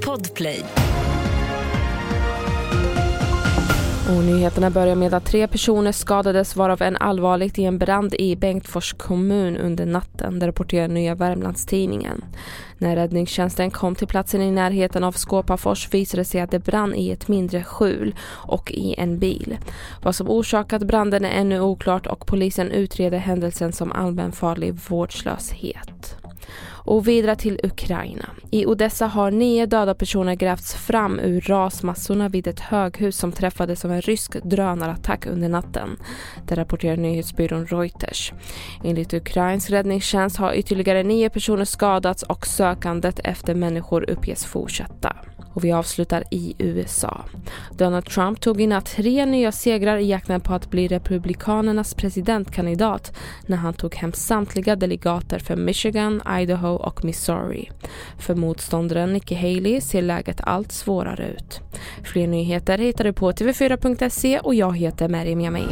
Podplay. Och nyheterna börjar med att 3 personer skadades, varav en allvarligt i en brand i Bengtsfors kommun under natten, det rapporterar Nya Värmlandstidningen. När räddningstjänsten kom till platsen i närheten av Skåpafors visade sig att det brann i ett mindre skjul och i en bil. Vad som orsakat branden är ännu oklart och polisen utreder händelsen som allmänfarlig vårdslöshet. Och vidare till Ukraina. I Odessa har 9 döda personer grävts fram ur rasmassorna vid ett höghus som träffades av en rysk drönarattack under natten. Det rapporterar nyhetsbyrån Reuters. Enligt Ukrains räddningstjänst har ytterligare 9 personer skadats och sökandet efter människor uppges fortsätta. Och vi avslutar i USA. Donald Trump tog in 3 nya segrar i jakten på att bli republikanernas presidentkandidat när han tog hem samtliga delegater för Michigan, Idaho och Missouri. För motståndaren Nikki Haley ser läget allt svårare ut. Fler nyheter hittar du på tv4.se och jag heter Miriam Yamin.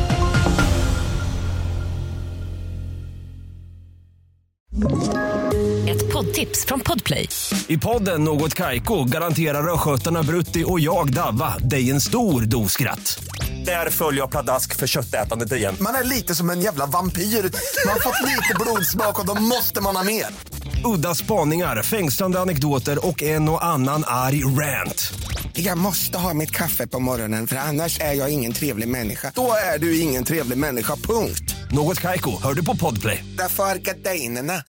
Ett poddtips från Podplay. I podden Något Kaiko garanterar röskötarna Brutti och jag Davva dig en stor doskratt. Där följer jag pladask för köttätandet igen. Man är lite som en jävla vampyr. Man har fått lite blodsmak och då måste man ha mer. Udda spaningar, fängslande anekdoter och en och annan arg rant. Jag måste ha mitt kaffe på morgonen för annars är jag ingen trevlig människa. Då är du ingen trevlig människa, punkt. Något Kaiko, hör du på Podplay. Därför är gardinerna.